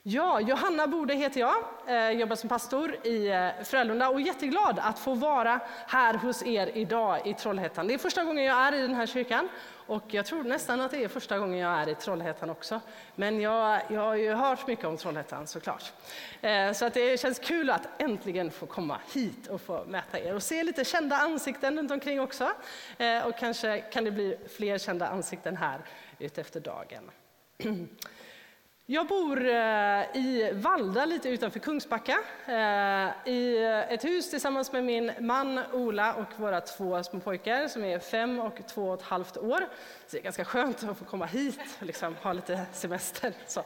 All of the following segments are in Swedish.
Ja, Johanna Bode heter jag, jobbar som pastor i Frölunda och är jätteglad att få vara här hos er idag i Trollhättan. Det är första gången jag är i den här kyrkan och jag tror nästan att det är första gången jag är i Trollhättan också. Men jag har ju hört mycket om Trollhättan såklart. Så att det känns kul att äntligen få komma hit och få möta er och se lite kända ansikten runt omkring också. Och kanske kan det bli fler kända ansikten här utefter dagen. Jag bor i Valda, lite utanför Kungsbacka, i ett hus tillsammans med min man Ola och våra 2 små pojkar som är 5 och 2,5 år. Så det är ganska skönt att få komma hit och liksom ha lite semester. Så.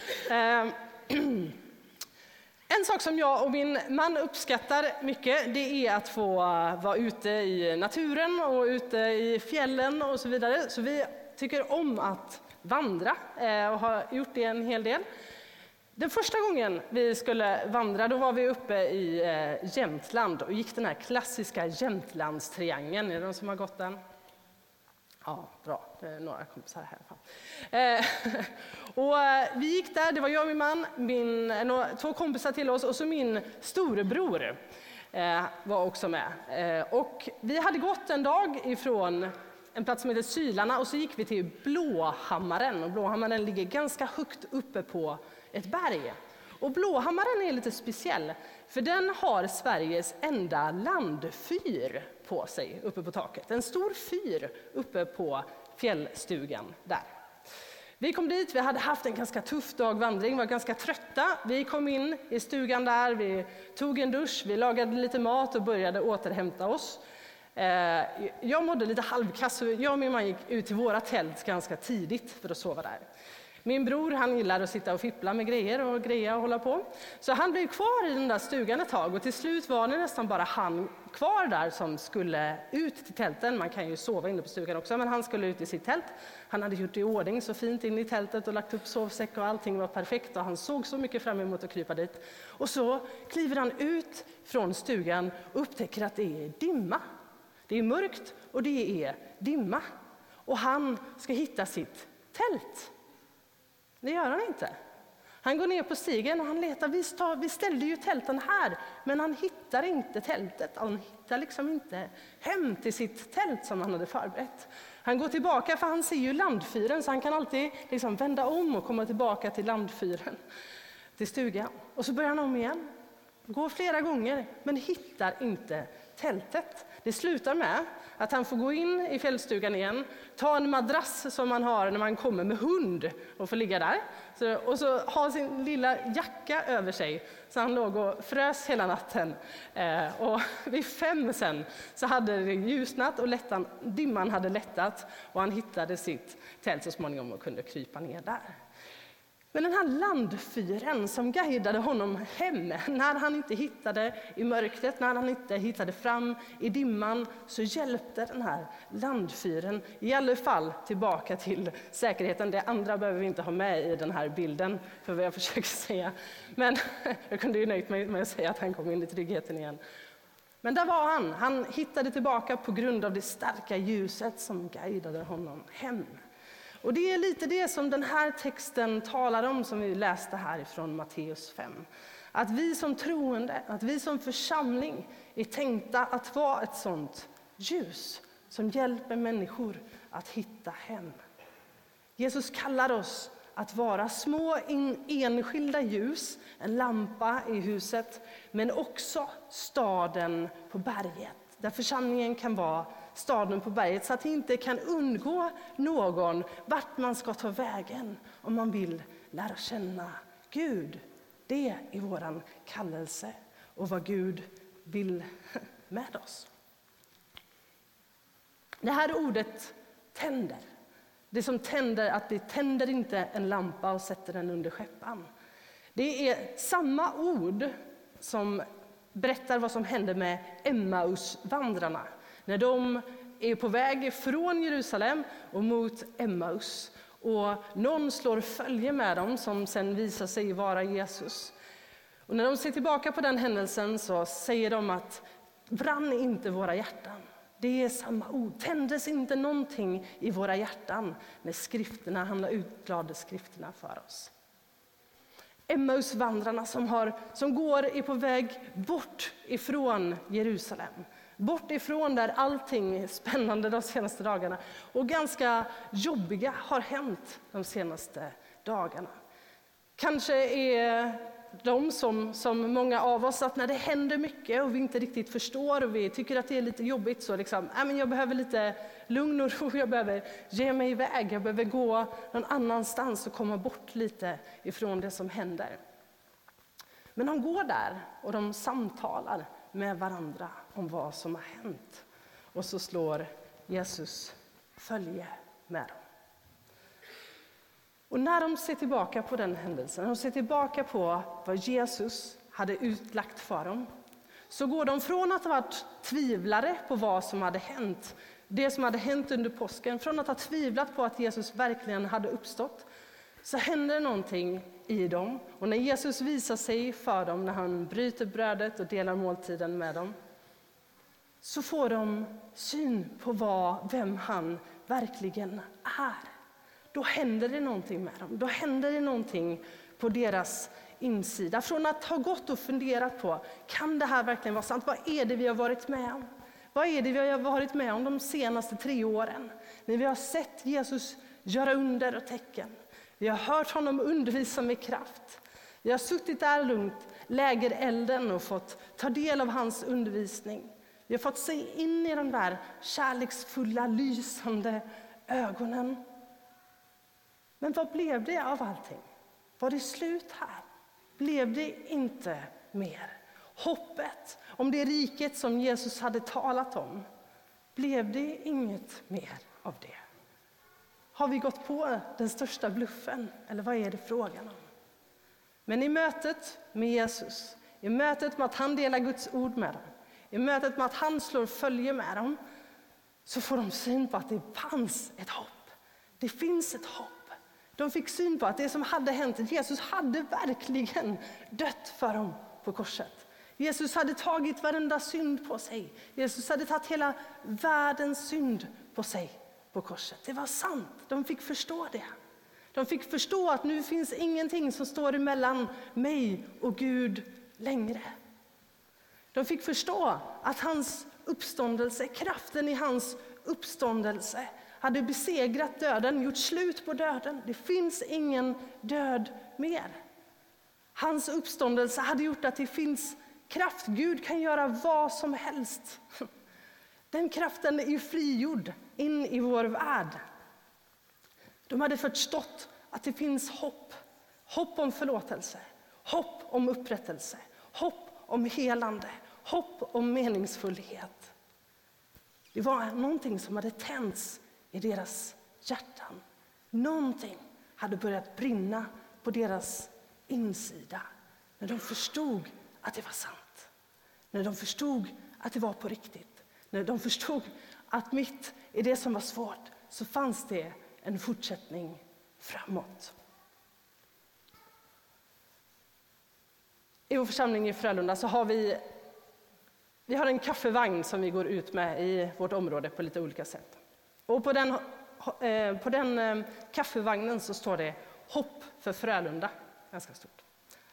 En sak som jag och min man uppskattar mycket, det är att få vara ute i naturen och ute i fjällen och så vidare. Så vi tycker om att vandra och har gjort det en hel del. Den första gången vi skulle vandra, då var vi uppe i Jämtland och gick den här klassiska Jämtlandstriangeln. Är det någon som har gått den? Ja, bra. Det är några kompisar här. Och vi gick där, det var jag och min man, 2 kompisar till oss och så min storebror var också med. Och vi hade gått en dag ifrån en plats som heter Sylarna och så gick vi till Blåhammaren. Och Blåhammaren ligger ganska högt uppe på ett berg. Och Blåhammaren är lite speciell för den har Sveriges enda landfyr på sig uppe på taket. En stor fyr uppe på fjällstugan där. Vi kom dit, vi hade haft en ganska tuff dagvandring, var ganska trötta. Vi kom in i stugan där, vi tog en dusch, vi lagade lite mat och började återhämta oss. Jag mådde lite halvkass så jag och min man gick ut till våra tält ganska tidigt för att sova där. Min bror han gillar att sitta och fippla med grejer och greja och hålla på. Så han blev kvar i den där stugan ett tag och till slut var det nästan bara han kvar där som skulle ut till tälten. Man kan ju sova inne på stugan också men han skulle ut i sitt tält. Han hade gjort det i ordning så fint in i tältet och lagt upp sovsäck och allting var perfekt och han såg så mycket fram emot att krypa dit. Och så kliver han ut från stugan och upptäcker att det är dimma. Det är mörkt och det är dimma. Och han ska hitta sitt tält. Det gör han inte. Han går ner på stigen och han letar. Vi ställde ju tälten här. Men han hittar inte tältet. Han hittar liksom inte hem till sitt tält som han hade förberett. Han går tillbaka för han ser ju landfyren. Så han kan alltid liksom vända om och komma tillbaka till landfyren. Till stugan. Och så börjar han om igen. Går flera gånger men hittar inte tältet. Det slutar med att han får gå in i fjällstugan igen, ta en madrass som man har när man kommer med hund och får ligga där. Och så ha sin lilla jacka över sig. Så han låg och frös hela natten. Och vid 5 sen så hade det ljusnat och dimman hade lättat. Och han hittade sitt tält så småningom och kunde krypa ner där. Men den här landfyren som guidade honom hem, när han inte hittade i mörkret, när han inte hittade fram i dimman, så hjälpte den här landfyren i alla fall tillbaka till säkerheten. Det andra behöver vi inte ha med i den här bilden för vad jag försöker säga. Men jag kunde ju nöjt mig med att säga att han kom in i tryggheten igen. Men där var han. Han hittade tillbaka på grund av det starka ljuset som guidade honom hem. Och det är lite det som den här texten talar om som vi läste här ifrån Matteus 5. Att vi som troende, att vi som församling är tänkta att vara ett sånt ljus som hjälper människor att hitta hem. Jesus kallar oss att vara små enskilda ljus, en lampa i huset, men också staden på berget. Där församlingen kan vara staden på berget så att det inte kan undgå någon vart man ska ta vägen om man vill lära känna Gud. Det är våran kallelse och vad Gud vill med oss. Det här ordet tänder. Det som tänder, att vi tänder inte en lampa och sätter den under skäppan. Det är samma ord som berättar vad som hände med Emmausvandrarna. När de är på väg från Jerusalem och mot Emmaus. Och någon slår följe med dem som sen visar sig vara Jesus. Och när de ser tillbaka på den händelsen så säger de att brann inte våra hjärtan. Det är samma ord. Tändes inte någonting i våra hjärtan när skrifterna, han utlade skrifterna för oss. Emmausvandrarna som är på väg bort ifrån Jerusalem. Bort ifrån där allting är spännande de senaste dagarna. Och ganska jobbiga har hänt de senaste dagarna. Kanske är de som många av oss, att när det händer mycket och vi inte riktigt förstår och vi tycker att det är lite jobbigt, så liksom, men jag behöver lite lugn och ro, jag behöver ge mig iväg, jag behöver gå någon annanstans och komma bort lite ifrån det som händer. Men de går där och de samtalar med varandra om vad som har hänt. Och så slår Jesus följe med dem. Och när de ser tillbaka på den händelsen, när de ser tillbaka på vad Jesus hade utlagt för dem, så går de från att ha varit tvivlare på vad som hade hänt, det som hade hänt under påsken, från att ha tvivlat på att Jesus verkligen hade uppstått, så händer någonting i dem. Och när Jesus visar sig för dem, när han bryter brödet och delar måltiden med dem, så får de syn på vem han verkligen är. Då händer det någonting med dem. Då händer det någonting på deras insida. Från att ha gått och funderat på, kan det här verkligen vara sant? Vad är det vi har varit med om? Vad är det vi har varit med om de senaste 3 åren? När vi har sett Jesus göra under och tecken. Vi har hört honom undervisa med kraft. Vi har suttit där lugnt, läger elden och fått ta del av hans undervisning. Vi har fått se in i de där kärleksfulla, lysande ögonen. Men vad blev det av allting? Var det slut här? Blev det inte mer? Hoppet om det riket som Jesus hade talat om, blev det inget mer av det? Har vi gått på den största bluffen? Eller vad är det frågan om? Men i mötet med Jesus, i mötet med att han delar Guds ord med dem, i mötet med att han slår följe med dem, så får de syn på att det fanns ett hopp. Det finns ett hopp. De fick syn på att det som hade hänt, Jesus hade verkligen dött för dem på korset. Jesus hade tagit varenda synd på sig. Jesus hade tagit hela världens synd på sig på korset. Det var sant. De fick förstå det. De fick förstå att nu finns ingenting som står emellan mig och Gud längre. De fick förstå att hans uppståndelse, kraften i hans uppståndelse, hade besegrat döden, gjort slut på döden. Det finns ingen död mer. Hans uppståndelse hade gjort att det finns kraft. Gud kan göra vad som helst. Den kraften är ju frigjord in i vår värld. De hade förstått att det finns hopp. Hopp om förlåtelse. Hopp om upprättelse. Hopp om helande. Hopp om meningsfullhet. Det var någonting som hade tänts i deras hjärtan. Någonting hade börjat brinna på deras insida. När de förstod att det var sant. När de förstod att det var på riktigt. När de förstod att mitt i det som var svårt så fanns det en fortsättning framåt. I vår församling i Frölunda så har vi har en kaffevagn som vi går ut med i vårt område på lite olika sätt. Och på den kaffevagnen så står det Hopp för Frölunda, ganska stort.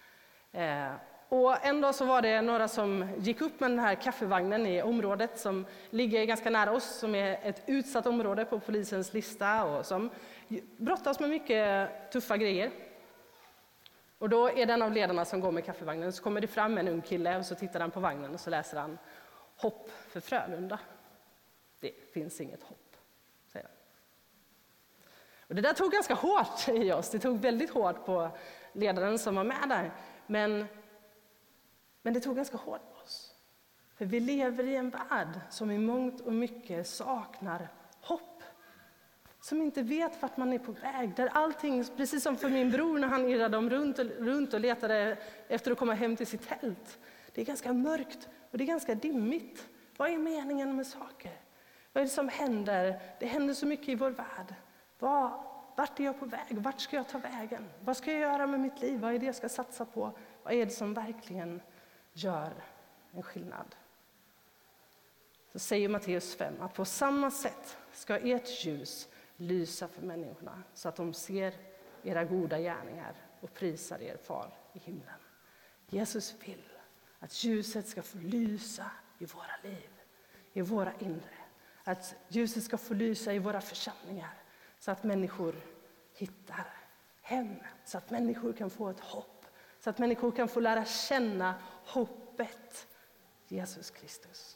Och en dag så var det några som gick upp med den här kaffevagnen i området som ligger ganska nära oss, som är ett utsatt område på polisens lista och som brottas med mycket tuffa grejer. Och då är den av ledarna som går med kaffevagnen, så kommer det fram en ung kille och så tittar han på vagnen och så läser han Hopp för Frölunda. Det finns inget hopp, säger han. Och det där tog ganska hårt i oss. Det tog väldigt hårt på ledaren som var med där. Men det tog ganska hårt på oss. För vi lever i en värld som i mångt och mycket saknar hopp. Som inte vet vart man är på väg. Där allting, precis som för min bror när han irrade om runt och letade efter att komma hem till sitt tält. Det är ganska mörkt och det är ganska dimmigt. Vad är meningen med saker? Vad är det som händer? Det händer så mycket i vår värld. Vart är jag på väg? Vart ska jag ta vägen? Vad ska jag göra med mitt liv? Vad är det jag ska satsa på? Vad är det som verkligen gör en skillnad? Så säger Matteus 5 att på samma sätt ska ert ljus lysa för människorna så att de ser era goda gärningar och prisar er far i himlen. Jesus vill att ljuset ska få lysa i våra liv, i våra inre. Att ljuset ska få lysa i våra församlingar så att människor hittar hem. Så att människor kan få ett hopp. Så att människor kan få lära känna hoppet, Jesus Kristus.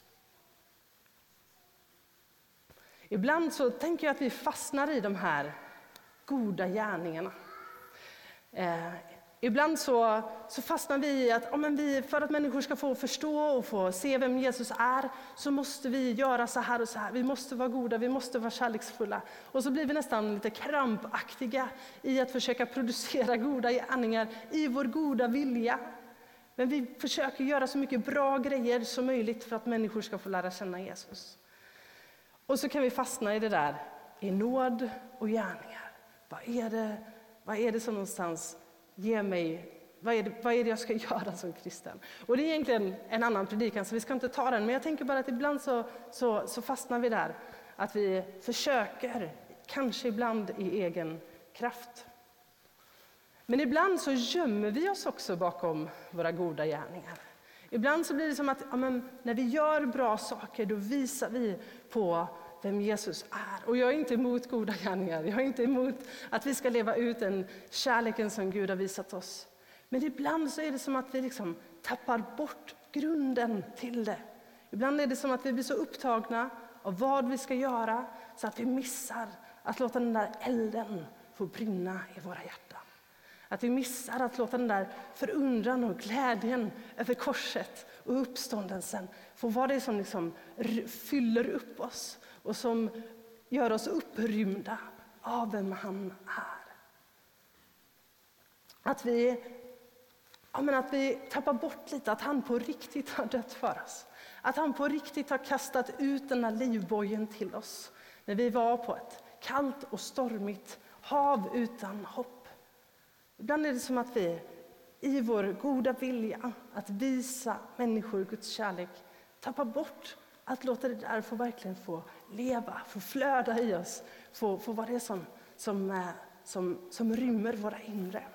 Ibland så tänker jag att vi fastnar i de här goda gärningarna. Ibland så fastnar vi i att för att människor ska få förstå och få se vem Jesus är så måste vi göra så här och så här. Vi måste vara goda, vi måste vara kärleksfulla. Och så blir vi nästan lite krampaktiga i att försöka producera goda gärningar i vår goda vilja. Men vi försöker göra så mycket bra grejer som möjligt för att människor ska få lära känna Jesus. Och så kan vi fastna i det där, i nåd och gärningar. Vad är det som någonstans ger mig, vad är det jag ska göra som kristen? Och det är egentligen en annan predikan så vi ska inte ta den. Men jag tänker bara att ibland så fastnar vi där. Att vi försöker, kanske ibland i egen kraft. Men ibland så gömmer vi oss också bakom våra goda gärningar. Ibland så blir det som att när vi gör bra saker då visar vi på vem Jesus är. Och jag är inte emot goda gärningar. Jag är inte emot att vi ska leva ut den kärleken som Gud har visat oss. Men ibland så är det som att vi liksom tappar bort grunden till det. Ibland är det som att vi blir så upptagna av vad vi ska göra så att vi missar att låta den där elden få brinna i våra hjärtan. Att vi missar att låta den där förundran och glädjen över korset och uppståndelsen få vara det som liksom fyller upp oss och som gör oss upprymda av vem han är. Att vi tappar bort lite att han på riktigt har dött för oss. Att han på riktigt har kastat ut den här livbojen till oss när vi var på ett kallt och stormigt hav utan hopp. Ibland är det som att vi i vår goda vilja att visa människor Guds kärlek tappar bort att låta det där verkligen få leva, få flöda i oss, få vara det som rymmer våra inre.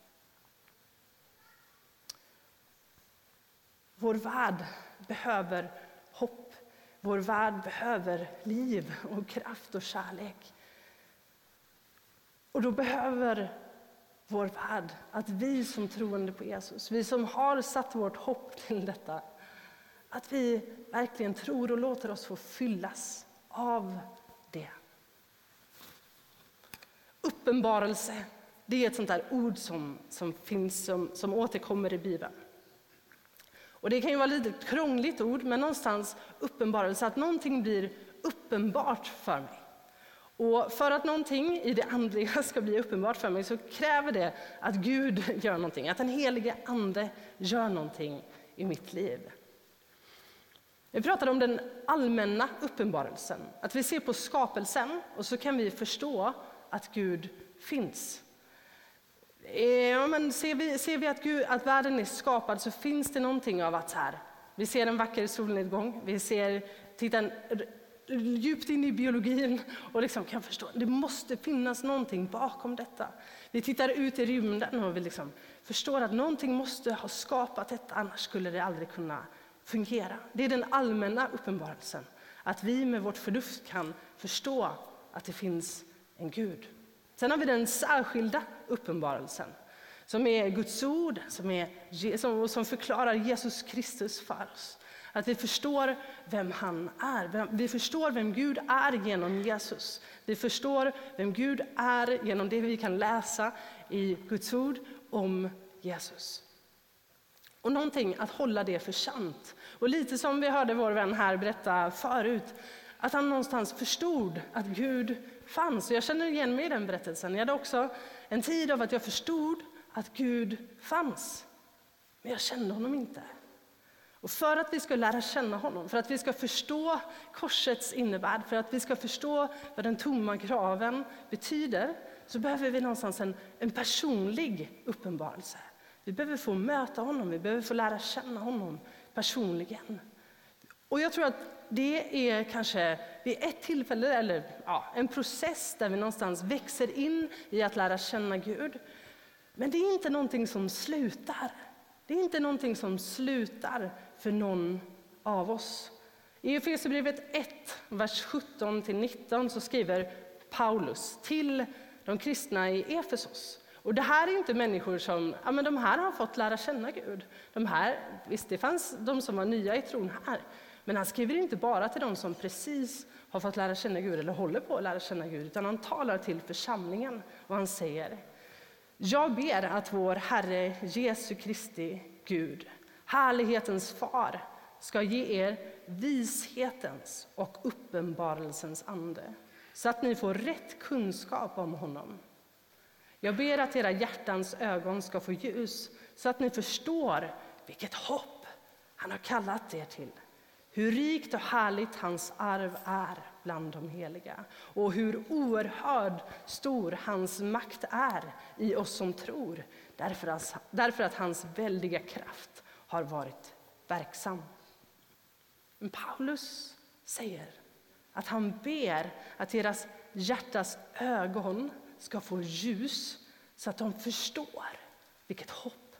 Vår värld behöver hopp. Vår värld behöver liv och kraft och kärlek. Och då behöver vår värld att vi som troende på Jesus, vi som har satt vårt hopp till detta, att vi verkligen tror och låter oss få fyllas av det. Uppenbarelse, det är ett sånt där ord som finns, som återkommer i Bibeln. Och det kan ju vara lite krångligt ord, men någonstans uppenbarelse, att någonting blir uppenbart för mig. Och för att någonting i det andliga ska bli uppenbart för mig så kräver det att Gud gör någonting, att den helige ande gör någonting i mitt liv. Vi pratade om den allmänna uppenbarelsen, att vi ser på skapelsen och så kan vi förstå att Gud finns. Men ser vi att världen är skapad så finns det någonting av att här, vi ser en vacker solnedgång, vi tittar djupt in i biologin och liksom kan förstå att det måste finnas någonting bakom detta. Vi tittar ut i rymden och vi liksom förstår att någonting måste ha skapat detta, annars skulle det aldrig kunna fungera. Det är den allmänna uppenbarelsen, att vi med vårt förnuft kan förstå att det finns en Gud. Sen har vi den särskilda uppenbarelsen som är Guds ord, som förklarar Jesus Kristus för oss. Att vi förstår vem han är. Vi förstår vem Gud är genom Jesus. Vi förstår vem Gud är genom det vi kan läsa i Guds ord om Jesus. Och någonting att hålla det för sant. Och lite som vi hörde vår vän här berätta förut, att han någonstans förstod att Gud fanns. Och jag känner igen mig i den berättelsen. Jag hade också en tid av att jag förstod att Gud fanns. Men jag kände honom inte. Och för att vi ska lära känna honom, för att vi ska förstå korsets innebörd, för att vi ska förstå vad den tomma graven betyder, så behöver vi någonstans en personlig uppenbarelse. Vi behöver få möta honom, vi behöver få lära känna honom personligen. Och jag tror att det är kanske vid ett tillfälle eller en process där vi någonstans växer in i att lära känna Gud. Men det är inte någonting som slutar. Det är inte någonting som slutar för någon av oss. I Efesierbrevet 1, vers 17-19 så skriver Paulus till de kristna i Efesos. Och det här är inte människor som, ja men de här har fått lära känna Gud. Visst det fanns de som var nya i tron här. Men han skriver inte bara till de som precis har fått lära känna Gud eller håller på att lära känna Gud. Utan han talar till församlingen och han säger: jag ber att vår Herre Jesu Kristi Gud, härlighetens far, ska ge er vishetens och uppenbarelsens ande, så att ni får rätt kunskap om honom. Jag ber att era hjärtans ögon ska få ljus, så att ni förstår vilket hopp han har kallat er till. Hur rikt och härligt hans arv är bland de heliga, och hur oerhörd stor hans makt är i oss som tror, därför att hans väldiga kraft har varit verksam. Men Paulus säger att han ber att deras hjärtas ögon ska få ljus, så att de förstår vilket hopp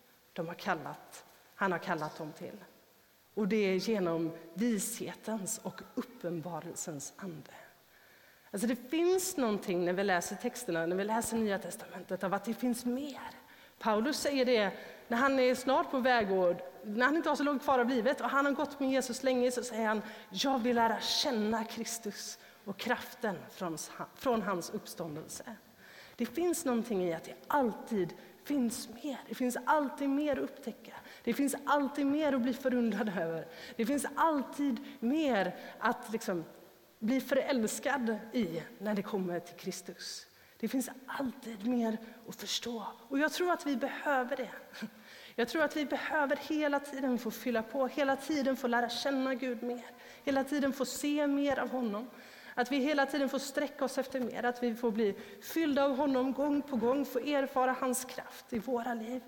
han har kallat dem till. Och det är genom vishetens och uppenbarelsens ande. Alltså det finns någonting när vi läser texterna, när vi läser Nya testamentet, av att det finns mer. Paulus säger det när han är snart på väg, och när han inte har så långt kvar av livet och han har gått med Jesus länge, så säger han: jag vill lära känna Kristus och kraften från hans uppståndelse. Det finns någonting i att det alltid finns mer. Det finns alltid mer att upptäcka. Det finns alltid mer att bli förundrad över. Det finns alltid mer att bli förälskad i när det kommer till Kristus. Det finns alltid mer att förstå. Och jag tror att vi behöver det. Jag tror att vi behöver hela tiden få fylla på. Hela tiden få lära känna Gud mer. Hela tiden få se mer av honom. Att vi hela tiden får sträcka oss efter mer. Att vi får bli fyllda av honom gång på gång. Få erfara hans kraft i våra liv.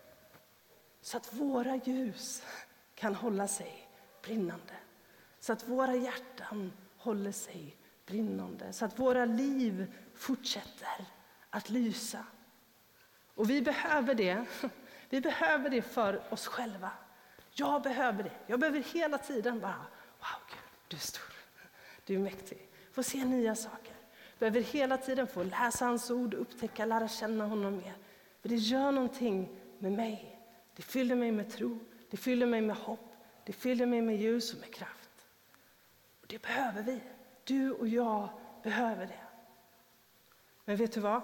Så att våra ljus kan hålla sig brinnande. Så att våra hjärtan håller sig brinnande. Så att våra liv fortsätter att lysa. Och vi behöver det. Vi behöver det för oss själva. Jag behöver det. Jag behöver hela tiden bara: wow Gud, du är stor. Du är mäktig. Få se nya saker. Behöver hela tiden få läsa hans ord, upptäcka, lära känna honom mer. För det gör någonting med mig. Det fyller mig med tro. Det fyller mig med hopp. Det fyller mig med ljus och med kraft. Och det behöver vi. Du och jag behöver det. Men vet du vad?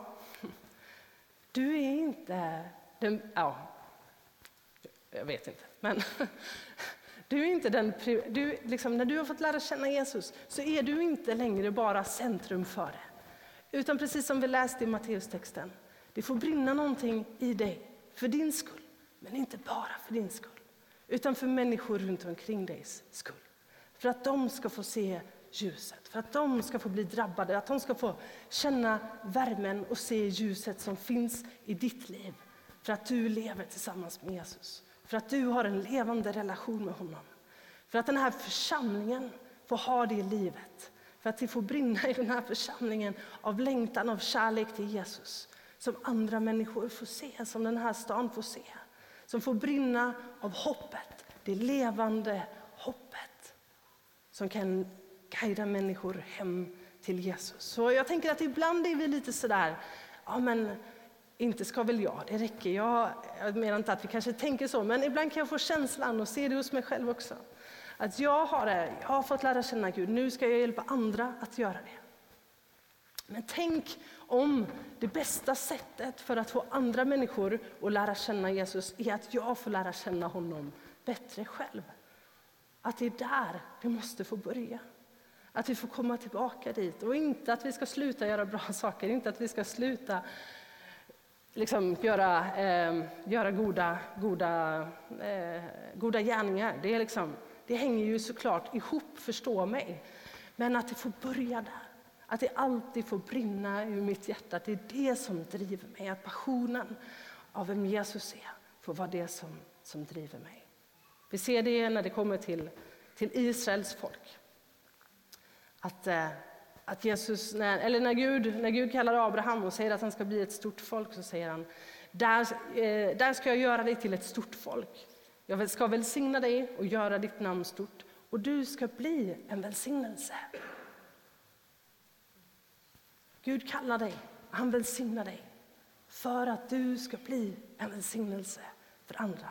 Du är inte den... Ja, jag vet inte. Men du är inte den... när du har fått lära känna Jesus så är du inte längre bara centrum för det. Utan precis som vi läste i Matteus-texten. Det får brinna någonting i dig för din skull. Men inte bara för din skull. Utan för människor runt omkring dig skull. För att de ska få se ljuset. För att de ska få bli drabbade. Att de ska få känna värmen och se ljuset som finns i ditt liv. För att du lever tillsammans med Jesus. För att du har en levande relation med honom. För att den här församlingen får ha det livet. För att det får brinna i den här församlingen av längtan, av kärlek till Jesus. Som andra människor får se, som den här stan får se. Som får brinna av hoppet, det levande hoppet. Som kan guida människor hem till Jesus. Så jag tänker att ibland är vi lite sådär, ja men inte ska väl jag, det räcker. Jag menar inte att vi kanske tänker så, men ibland kan jag få känslan och se det hos mig själv också. Att jag har fått lära känna Gud, nu ska jag hjälpa andra att göra det. Men tänk om det bästa sättet för att få andra människor att lära känna Jesus är att jag får lära känna honom bättre själv. Att det är där det måste få börja. Att vi får komma tillbaka dit. Och inte att vi ska sluta göra bra saker. Inte att vi ska sluta göra goda gärningar. Det hänger ju såklart ihop, förstå mig. Men att det får börja där. Att det alltid får brinna ur mitt hjärta. Det är det som driver mig. Att passionen av vem Jesus är får vara det som driver mig. Vi ser det när det kommer till Israels folk. Att Jesus, när Gud kallar Abraham och säger att han ska bli ett stort folk, så säger han: Där ska jag göra dig till ett stort folk. Jag ska välsigna dig och göra ditt namn stort. Och du ska bli en välsignelse. Gud kallar dig, han välsignar dig. För att du ska bli en välsignelse för andra.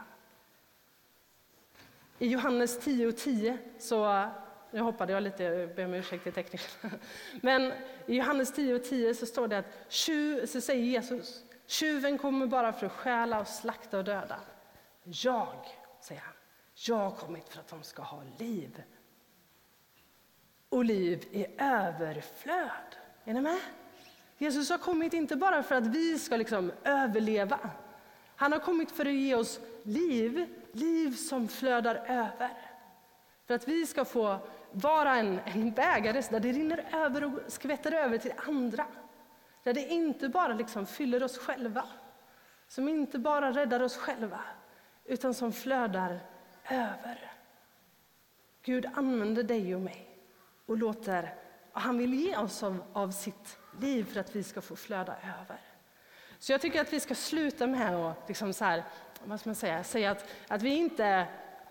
I Johannes 10:10 så, jag hoppade jag lite, jag ber om ursäkt till teknikerna. Men i Johannes 10:10 så står det att så säger Jesus, tjuven kommer bara för att stjäla och slakta och döda. Jag, säger han, jag har kommit för att de ska ha liv. Och liv i överflöd. Är ni med? Jesus har kommit inte bara för att vi ska överleva. Han har kommit för att ge oss liv som flödar över. För att vi ska få vara en bägare där det rinner över och skvätter över till andra. Där det inte bara fyller oss själva. Som inte bara räddar oss själva. Utan som flödar över. Gud använder dig och mig. Och han vill ge oss av sitt liv för att vi ska få flöda över. Så jag tycker att vi ska sluta med att säga att vi inte,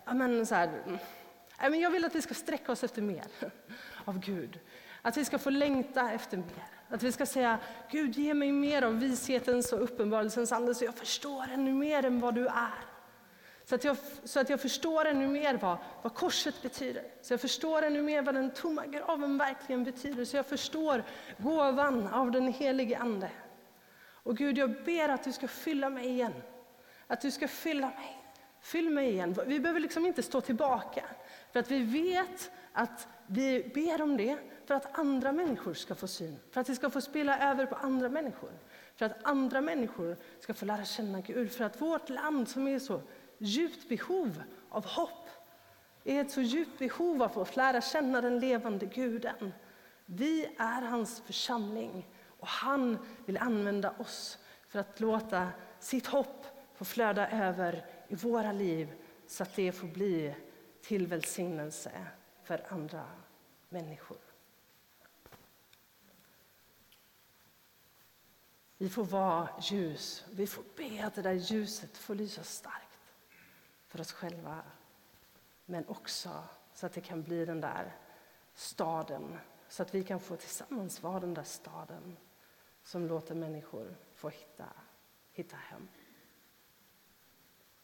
jag vill att vi ska sträcka oss efter mer av Gud. Att vi ska få längta efter mer. Att vi ska säga, Gud ge mig mer av vishetens och uppenbarelsens ande så jag förstår ännu mer än vad du är. Så att jag förstår ännu mer vad korset betyder. Så jag förstår ännu mer vad den tomma graven verkligen betyder. Så jag förstår gåvan av den helige ande. Och Gud, jag ber att du ska fylla mig igen. Att du ska fylla mig. Fyll mig igen. Vi behöver inte stå tillbaka. För att vi vet att vi ber om det för att andra människor ska få syn. För att det ska få spela över på andra människor. För att andra människor ska få lära känna Gud. För att vårt land som är så djupt behov av hopp är ett så djupt behov av att lära känna den levande Guden. Vi är hans församling och han vill använda oss för att låta sitt hopp få flöda över i våra liv så att det får bli till välsignelse för andra människor. Vi får vara ljus. Vi får be att det där ljuset får lysa starkt för oss själva. Men också så att det kan bli den där staden. Så att vi kan få tillsammans vara den där staden som låter människor få hitta hem.